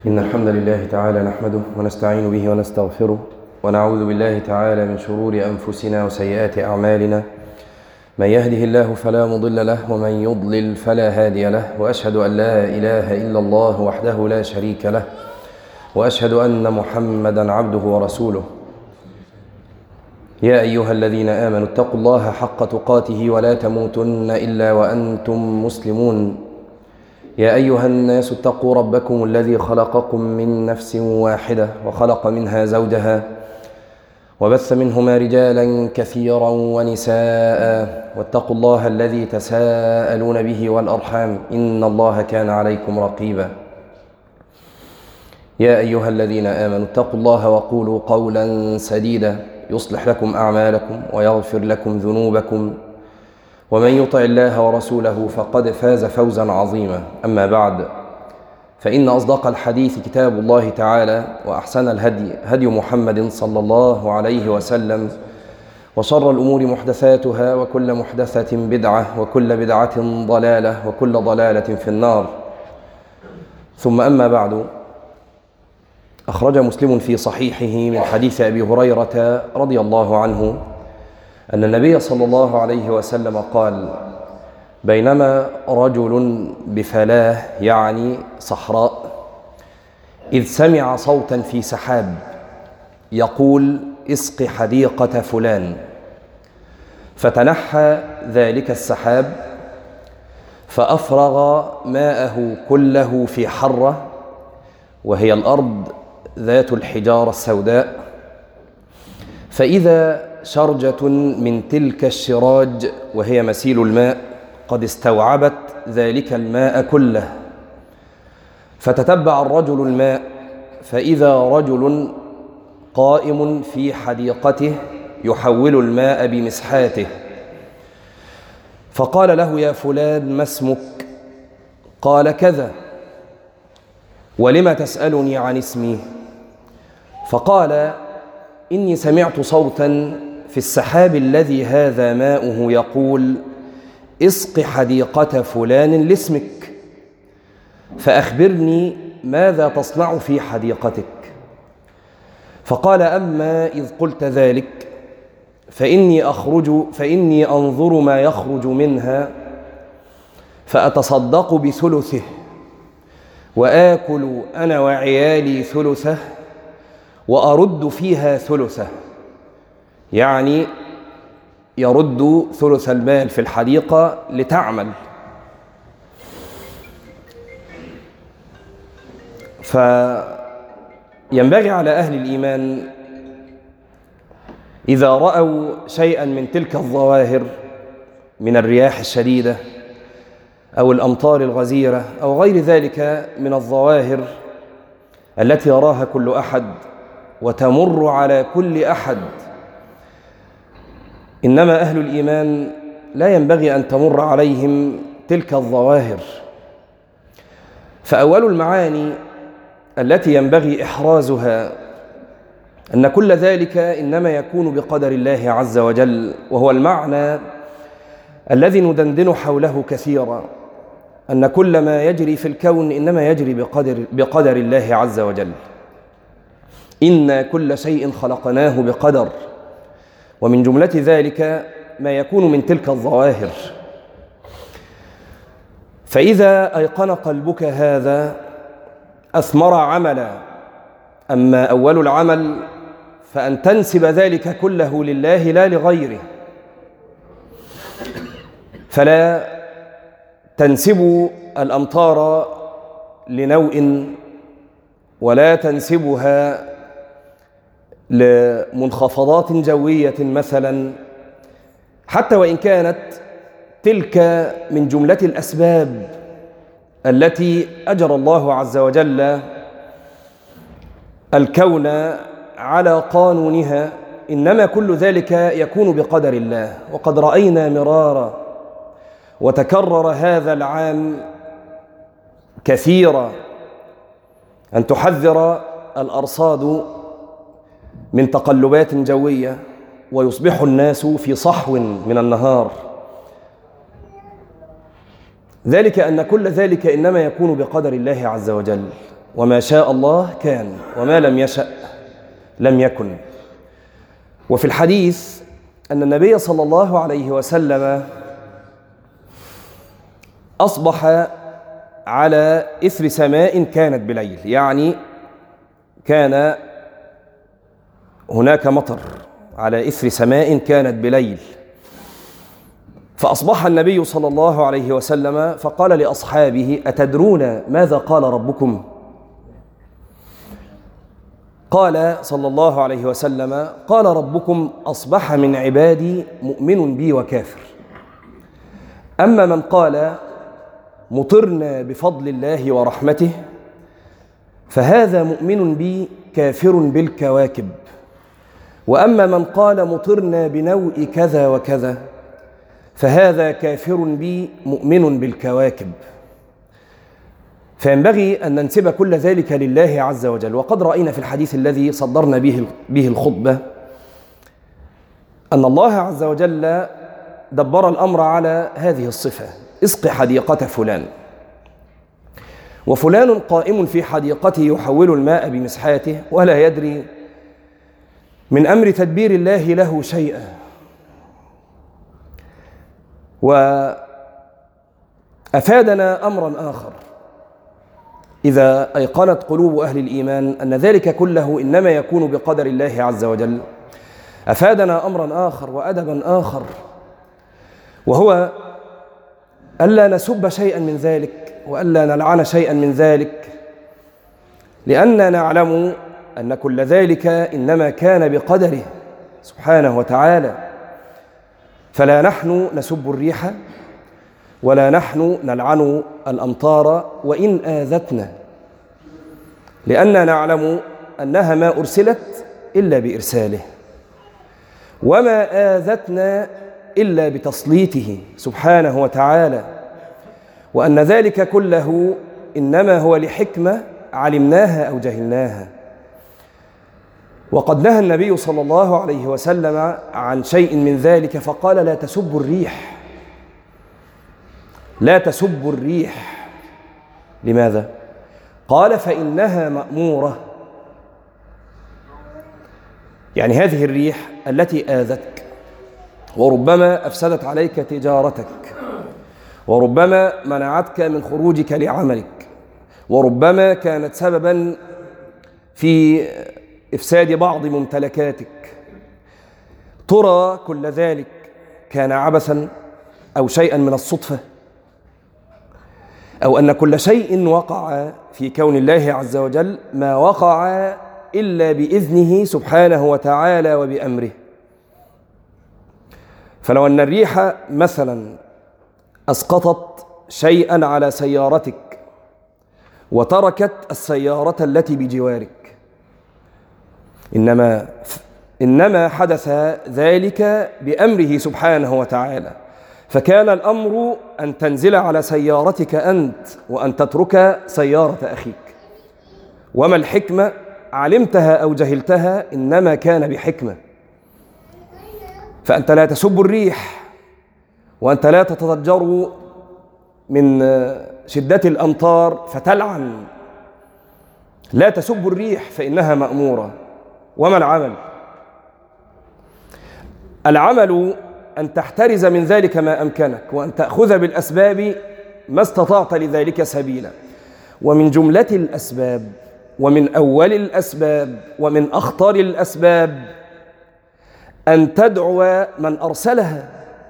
إن الحمد لله تعالى نحمده ونستعين به ونستغفره ونعوذ بالله تعالى من شرور أنفسنا وسيئات أعمالنا. من يهده الله فلا مضل له ومن يضلل فلا هادي له، وأشهد أن لا إله إلا الله وحده لا شريك له، وأشهد أن محمدا عبده ورسوله. يا أيها الذين آمنوا اتقوا الله حق تقاته ولا تموتن إلا وأنتم مسلمون. يا أيها الناس اتقوا ربكم الذي خلقكم من نفس واحدة وخلق منها زوجها وبث منهما رجالا كثيرا ونساء، واتقوا الله الذي تساءلون به والأرحام إن الله كان عليكم رقيبا. يا أيها الذين آمنوا اتقوا الله وقولوا قولا سديدا يصلح لكم أعمالكم ويغفر لكم ذنوبكم، ومن يطع الله ورسوله فقد فاز فوزا عظيما. أما بعد، فإن أصدق الحديث كتاب الله تعالى، وأحسن الهدي هدي محمد صلى الله عليه وسلم، وشر الأمور محدثاتها، وكل محدثة بدعة، وكل بدعة ضلالة، وكل ضلالة في النار. ثم أما بعد، أخرج مسلم في صحيحه من حديث أبي هريرة رضي الله عنه أن النبي صلى الله عليه وسلم قال: بينما رجل بفلاه، يعني صحراء، إذ سمع صوتا في سحاب يقول: اسق حديقة فلان. فتنحى ذلك السحاب فأفرغ ماءه كله في حرة، وهي الأرض ذات الحجارة السوداء، فإذا شرجة من تلك الشراج وهي مسيل الماء قد استوعبت ذلك الماء كله. فتتبع الرجل الماء فإذا رجل قائم في حديقته يحول الماء بمسحاته، فقال له: يا فلان، ما اسمك؟ قال: كذا. ولم تسألني عن اسمي؟ فقال: إني سمعت صوتا في السحاب الذي هذا ماؤه يقول: اسق حديقة فلان لاسمك، فأخبرني ماذا تصنع في حديقتك؟ فقال: أما إذ قلت ذلك فإني أنظر ما يخرج منها فأتصدق بثلثه، وآكل أنا وعيالي ثلثه، وأرد فيها ثلثه، يعني يرد ثلث المال في الحديقة لتعمل. فينبغي على أهل الإيمان إذا رأوا شيئا من تلك الظواهر من الرياح الشديدة أو الأمطار الغزيرة أو غير ذلك من الظواهر التي يراها كل أحد وتمر على كل أحد، إنما أهل الإيمان لا ينبغي أن تمر عليهم تلك الظواهر. فأول المعاني التي ينبغي إحرازها أن كل ذلك إنما يكون بقدر الله عز وجل، وهو المعنى الذي ندندن حوله كثيرا، أن كل ما يجري في الكون إنما يجري بقدر الله عز وجل. إن كل شيء خلقناه بقدر، ومن جملة ذلك ما يكون من تلك الظواهر. فإذا أيقن قلبك هذا أثمر عملا. أما أول العمل فأن تنسب ذلك كله لله لا لغيره، فلا تنسب الأمطار لنوء، ولا تنسبها لمنخفضات جوية مثلا، حتى وإن كانت تلك من جملة الأسباب التي أجرى الله عز وجل الكون على قانونها، إنما كل ذلك يكون بقدر الله. وقد رأينا مرارا وتكرر هذا العام كثيرا أن تحذر الأرصاد من تقلبات جوية، ويصبح الناس في صحو من النهار. ذلك أن كل ذلك إنما يكون بقدر الله عز وجل. وما شاء الله كان وما لم يشأ لم يكن. وفي الحديث أن النبي صلى الله عليه وسلم أصبح على إثر سماء كانت بليل، يعني كان هناك مطر على إثر سماء كانت بليل، فأصبح النبي صلى الله عليه وسلم فقال لأصحابه: أتدرون ماذا قال ربكم؟ قال صلى الله عليه وسلم: قال ربكم: أصبح من عبادي مؤمن بي وكافر. أما من قال: مطرنا بفضل الله ورحمته، فهذا مؤمن بي كافر بالكواكب. وأما من قال: مطرنا بنوء كذا وكذا، فهذا كافر بي مؤمن بالكواكب. فينبغي أن ننسب كل ذلك لله عز وجل. وقد رأينا في الحديث الذي صدرنا به الخطبة أن الله عز وجل دبر الأمر على هذه الصفة: اسق حديقة فلان. وفلان قائم في حديقته يحول الماء بمسحاته ولا يدري من أمر تدبير الله له شيئا. وأفادنا أمرا آخر إذا أيقنت قلوب أهل الإيمان أن ذلك كله إنما يكون بقدر الله عز وجل. أفادنا أمرا آخر وأدبا آخر، وهو ألا نسب شيئا من ذلك وألا نلعن شيئا من ذلك، لأننا نعلم أن كل ذلك إنما كان بقدره سبحانه وتعالى. فلا نحن نسب الريح ولا نحن نلعن الأمطار وإن آذتنا، لأننا نعلم أنها ما أرسلت إلا بإرساله، وما آذتنا إلا بتسليطه سبحانه وتعالى، وأن ذلك كله إنما هو لحكمة علمناها أو جهلناها. وقد نهى النبي صلى الله عليه وسلم عن شيء من ذلك فقال: لا تسبوا الريح. لا تسبوا الريح. لماذا؟ قال: فإنها مأمورة. يعني هذه الريح التي آذتك وربما أفسدت عليك تجارتك، وربما منعتك من خروجك لعملك، وربما كانت سببا في إفساد بعض ممتلكاتك، ترى كل ذلك كان عبثا أو شيئا من الصدفة، أو أن كل شيء وقع في كون الله عز وجل ما وقع إلا بإذنه سبحانه وتعالى وبأمره. فلو أن الريح مثلا أسقطت شيئا على سيارتك وتركت السيارة التي بجوارك، إنما حدث ذلك بأمره سبحانه وتعالى. فكان الأمر أن تنزل على سيارتك أنت وأن تترك سيارة أخيك. وما الحكمة؟ علمتها أو جهلتها، إنما كان بحكمة. فأنت لا تسب الريح، وأنت لا تتضجر من شدة الأمطار فتلعن. لا تسب الريح فإنها مأمورة. وما العمل؟ العمل أن تحترز من ذلك ما أمكنك، وأن تأخذ بالأسباب ما استطعت لذلك سبيلا. ومن جملة الأسباب ومن أول الأسباب ومن أخطر الأسباب أن تدعو من أرسلها،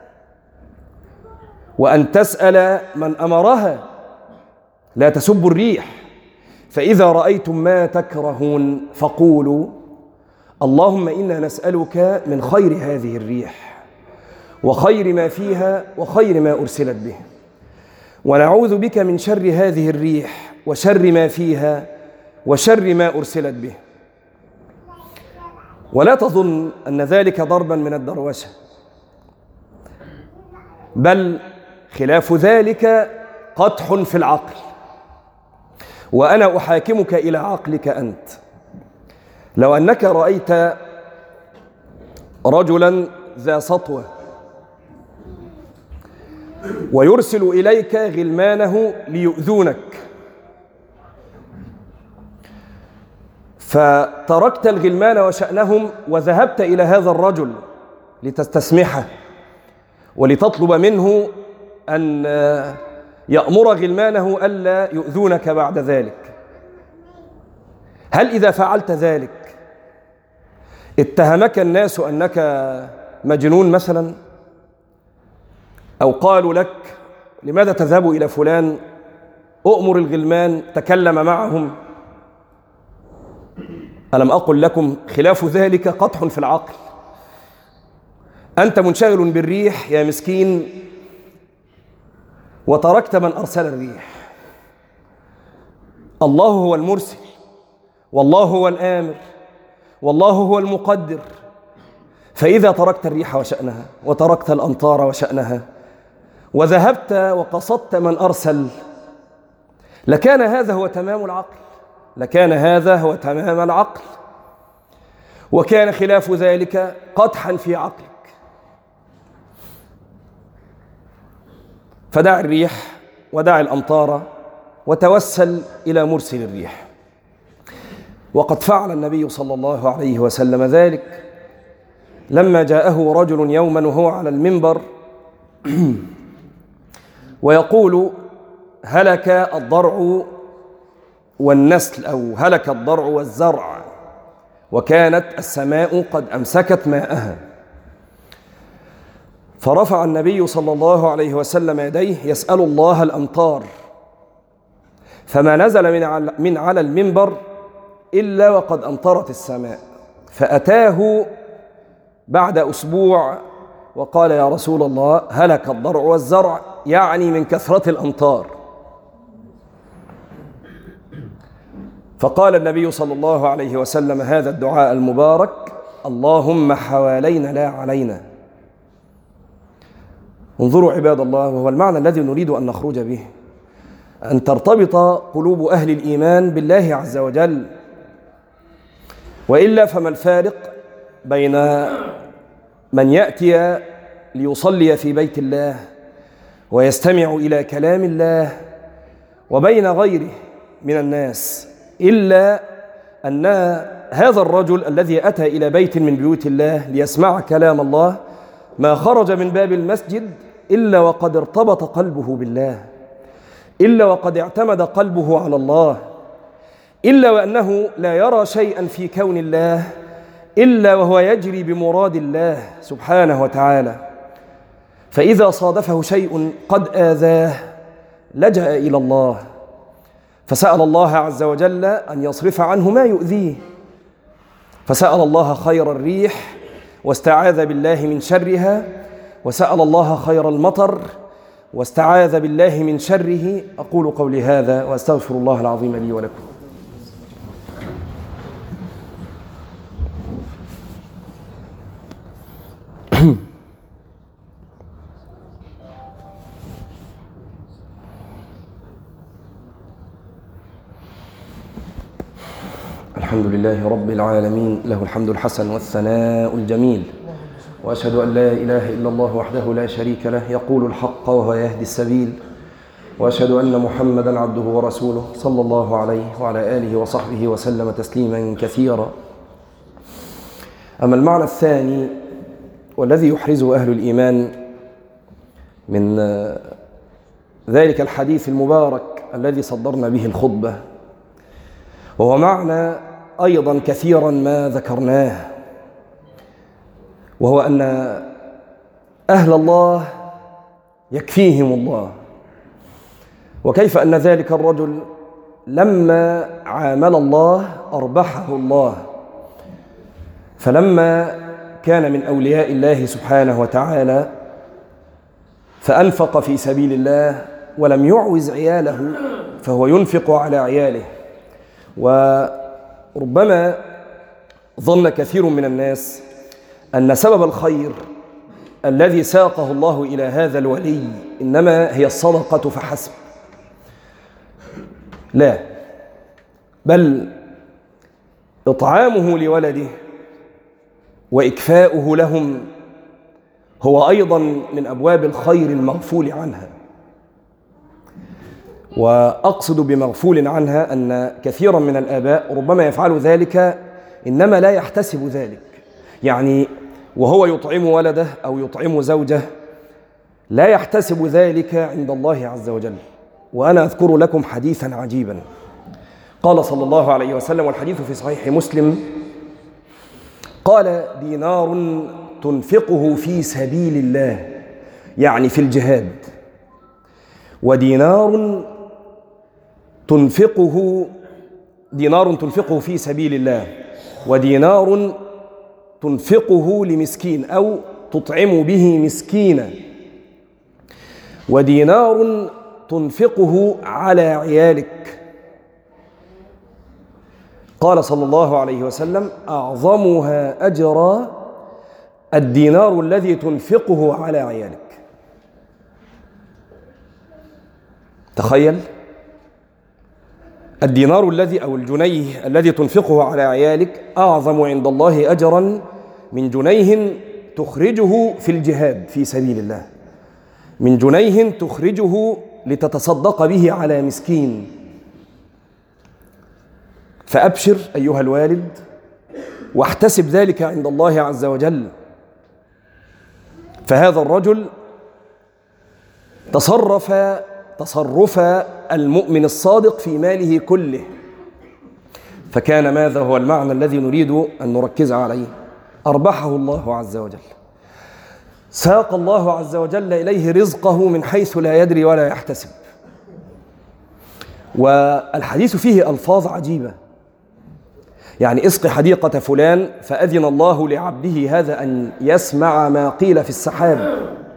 وأن تسأل من أمرها. لا تسبوا الريح. فإذا رأيتم ما تكرهون فقولوا: اللهم إنا نسألك من خير هذه الريح وخير ما فيها وخير ما أرسلت به، ونعوذ بك من شر هذه الريح وشر ما فيها وشر ما أرسلت به. ولا تظن أن ذلك ضربا من الدروشة، بل خلاف ذلك قدح في العقل. وأنا أحاكمك إلى عقلك أنت. لو أنك رأيت رجلا ذا سطوة ويرسل إليك غلمانه ليؤذونك، فتركت الغلمان وشأنهم وذهبت إلى هذا الرجل لتستسمحه ولتطلب منه أن يأمر غلمانه ألا يؤذونك بعد ذلك. هل إذا فعلت ذلك اتهمك الناس أنك مجنون مثلا؟ أو قالوا لك لماذا تذهب إلى فلان؟ أؤمر الغلمان، تكلم معهم. ألم أقل لكم خلاف ذلك قدح في العقل؟ أنت منشغل بالريح يا مسكين وتركت من أرسل الريح. الله هو المرسل، والله هو الآمر، والله هو المقدر. فإذا تركت الريح وشأنها وتركت الأمطار وشأنها وذهبت وقصدت من أرسل، لكان هذا هو تمام العقل، لكان هذا هو تمام العقل، وكان خلاف ذلك قدحا في عقلك. فدع الريح ودع الأمطار وتوسل إلى مرسل الريح. وقد فعل النبي صلى الله عليه وسلم ذلك لما جاءه رجل يوما وهو على المنبر ويقول: هلك الضرع والنسل، أو هلك الضرع والزرع، وكانت السماء قد أمسكت ماءها. فرفع النبي صلى الله عليه وسلم يديه يسأل الله الأمطار، فما نزل من على المنبر إلا وقد أمطرت السماء. فأتاه بعد أسبوع وقال: يا رسول الله، هلك الضرع والزرع، يعني من كثرة الأمطار. فقال النبي صلى الله عليه وسلم هذا الدعاء المبارك: اللهم حوالينا لا علينا. انظروا عباد الله، وهو المعنى الذي نريد أن نخرج به، أن ترتبط قلوب أهل الإيمان بالله عز وجل، وإلا فما الفارق بين من يأتي ليصلي في بيت الله ويستمع إلى كلام الله وبين غيره من الناس، إلا أن هذا الرجل الذي أتى إلى بيت من بيوت الله ليسمع كلام الله ما خرج من باب المسجد إلا وقد ارتبط قلبه بالله، إلا وقد اعتمد قلبه على الله، إلا وأنه لا يرى شيئا في كون الله إلا وهو يجري بمراد الله سبحانه وتعالى. فإذا صادفه شيء قد آذاه لجأ إلى الله، فسأل الله عز وجل أن يصرف عنه ما يؤذيه، فسأل الله خير الريح واستعاذ بالله من شرها، وسأل الله خير المطر واستعاذ بالله من شره. أقول قولي هذا وأستغفر الله العظيم لي ولكم. الحمد لله رب العالمين، له الحمد الحسن والثناء الجميل، وأشهد أن لا إله إلا الله وحده لا شريك له يقول الحق وهو يهدي السبيل، وأشهد أن محمدا عبده ورسوله صلى الله عليه وعلى آله وصحبه وسلم تسليما كثيرا. أما المعنى الثاني والذي يحرزه أهل الإيمان من ذلك الحديث المبارك الذي صدرنا به الخطبة، وهو معنى أيضا كثيرا ما ذكرناه، وهو أن أهل الله يكفيهم الله. وكيف أن ذلك الرجل لما عامل الله أربحه الله، فلما كان من أولياء الله سبحانه وتعالى فأنفق في سبيل الله ولم يعوز عياله، فهو ينفق على عياله. وربما ظن كثير من الناس أن سبب الخير الذي ساقه الله إلى هذا الولي إنما هي الصدقة فحسب. لا، بل إطعامه لولده وإكفاؤه لهم هو أيضا من أبواب الخير المغفول عنها. وأقصد بمغفول عنها أن كثيرا من الآباء ربما يفعل ذلك إنما لا يحتسب ذلك، يعني وهو يطعم ولده أو يطعم زوجه لا يحتسب ذلك عند الله عز وجل. وأنا أذكر لكم حديثا عجيبا، قال صلى الله عليه وسلم، والحديث في صحيح مسلم، قال: دينار تنفقه في سبيل الله، يعني في الجهاد، ودينار تنفقه في سبيل الله، ودينار تنفقه لمسكين أو تطعم به مسكينا، ودينار تنفقه على عيالك. قال صلى الله عليه وسلم: أعظمها أجرا الدينار الذي تنفقه على عيالك. تخيل، الدينار الذي أو الجنيه الذي تنفقه على عيالك أعظم عند الله أجرا من جنيه تخرجه في الجهاد في سبيل الله، من جنيه تخرجه لتتصدق به على مسكين. فأبشر أيها الوالد واحتسب ذلك عند الله عز وجل. فهذا الرجل تصرف المؤمن الصادق في ماله كله. فكان ماذا هو المعنى الذي نريد أن نركز عليه؟ أربحه الله عز وجل، ساق الله عز وجل إليه رزقه من حيث لا يدري ولا يحتسب. والحديث فيه ألفاظ عجيبة، يعني اسق حديقة فلان فأذن الله لعبده هذا أن يسمع ما قيل في السحاب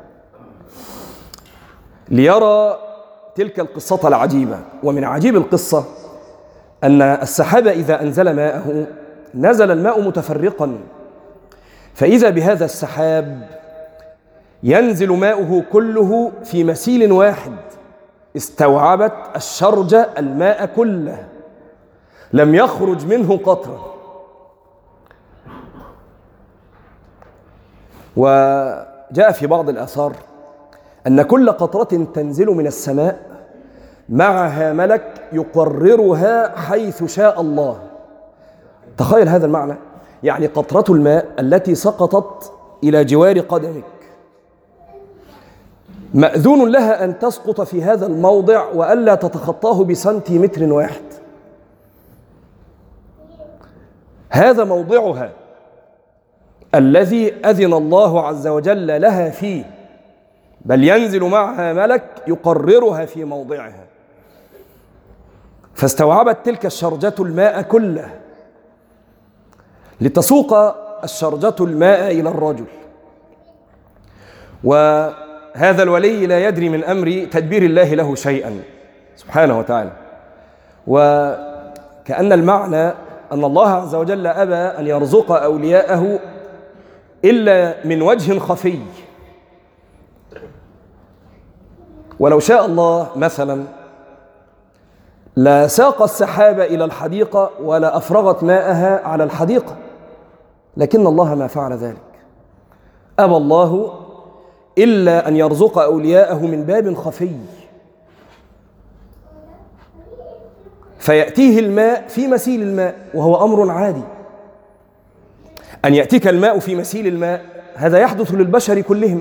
ليرى تلك القصة العجيبة. ومن عجيب القصة أن السحاب إذا أنزل ماءه نزل الماء متفرقا، فإذا بهذا السحاب ينزل ماؤه كله في مسيل واحد، استوعبت الشرجة الماء كله، لم يخرج منه قطرة. وجاء في بعض الآثار أن كل قطرة تنزل من السماء معها ملك يقررها حيث شاء الله. تخيل هذا المعنى، يعني قطرة الماء التي سقطت إلى جوار قدمك مأذون لها أن تسقط في هذا الموضع وألا تتخطاه بسنتيمتر واحد. هذا موضعها الذي أذن الله عز وجل لها فيه، بل ينزل معها ملك يقررها في موضعها. فاستوعبت تلك الشرجة الماء كله لتسوق الشرجة الماء إلى الرجل. وهذا الولي لا يدري من أمر تدبير الله له شيئا سبحانه وتعالى. وكأن المعنى أن الله عز وجل أبى أن يرزق أولياءه إلا من وجه خفي. ولو شاء الله مثلا لا ساق السحاب إلى الحديقة ولا أفرغت ماءها على الحديقة، لكن الله ما فعل ذلك. أبى الله إلا أن يرزق أولياءه من باب خفي، فيأتيه الماء في مسيل الماء، وهو أمر عادي. أن يأتيك الماء في مسيل الماء هذا يحدث للبشر كلهم،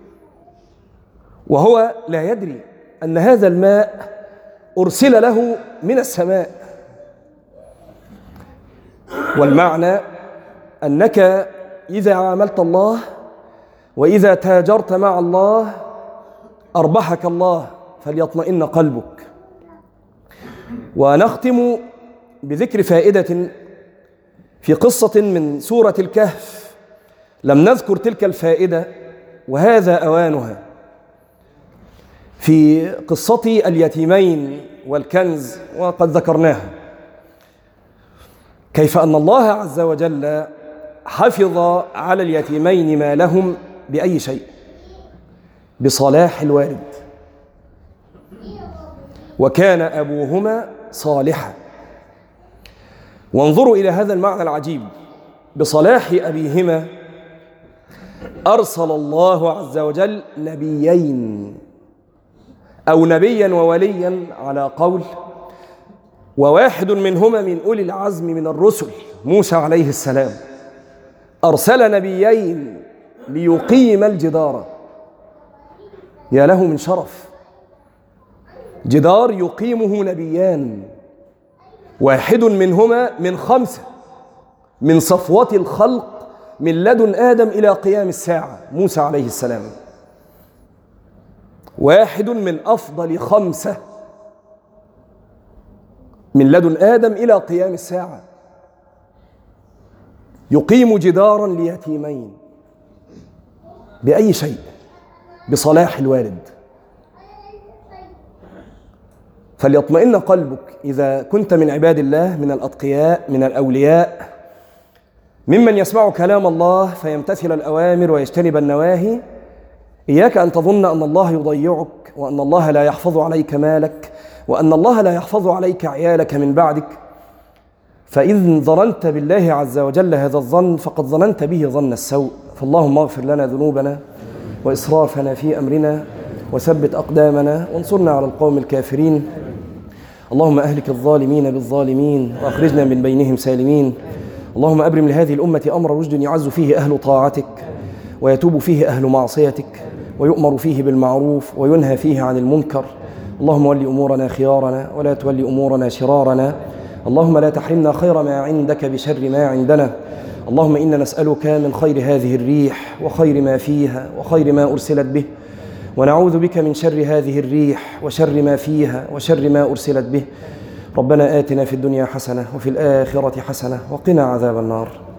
وهو لا يدري أن هذا الماء أرسل له من السماء. والمعنى أنك إذا عاملت الله وإذا تاجرت مع الله أربحك الله، فليطمئن قلبك. ونختم بذكر فائدة في قصة من سورة الكهف، لم نذكر تلك الفائدة وهذا أوانها، في قصة اليتيمين والكنز، وقد ذكرناها، كيف أن الله عز وجل حفظ على اليتيمين ما لهم بأي شيء؟ بصلاح الوالد، وكان أبوهما صالحا. وانظروا إلى هذا المعنى العجيب، بصلاح أبيهما أرسل الله عز وجل نبيين، أو نبيا ووليا على قول، وواحد منهما من أولي العزم من الرسل موسى عليه السلام أرسل نبيين ليقيم الجدار. يا له من شرف، جدار يقيمه نبيان، واحد منهما من 5 من صفوة الخلق من لدن آدم إلى قيام الساعة، موسى عليه السلام، واحد من أفضل 5 من لدن آدم إلى قيام الساعة، يقيم جدارا ليتيمين. بأي شيء؟ بصلاح الوالد. فليطمئن قلبك إذا كنت من عباد الله، من الأتقياء، من الأولياء، ممن يسمع كلام الله فيمتثل الأوامر ويجتنب النواهي. إياك أن تظن أن الله يضيعك، وأن الله لا يحفظ عليك مالك، وأن الله لا يحفظ عليك عيالك من بعدك. فإذ ظننت بالله عز وجل هذا الظن فقد ظننت به ظن السوء. فاللهم اغفر لنا ذنوبنا وإسرافنا في أمرنا، وثبت أقدامنا، وانصرنا على القوم الكافرين. اللهم أهلك الظالمين بالظالمين، وأخرجنا من بينهم سالمين. اللهم أبرم لهذه الأمة أمر رشد يعز فيه أهل طاعتك، ويتوب فيه أهل معصيتك، ويؤمر فيه بالمعروف، وينهى فيه عن المنكر. اللهم ول أمورنا خيارنا، ولا تول أمورنا شرارنا. اللهم لا تحرمنا خير ما عندك بشر ما عندنا. اللهم إنا نسألك من خير هذه الريح، وخير ما فيها، وخير ما أرسلت به، ونعوذ بك من شر هذه الريح، وشر ما فيها، وشر ما أرسلت به. ربنا آتنا في الدنيا حسنة، وفي الآخرة حسنة، وقنا عذاب النار.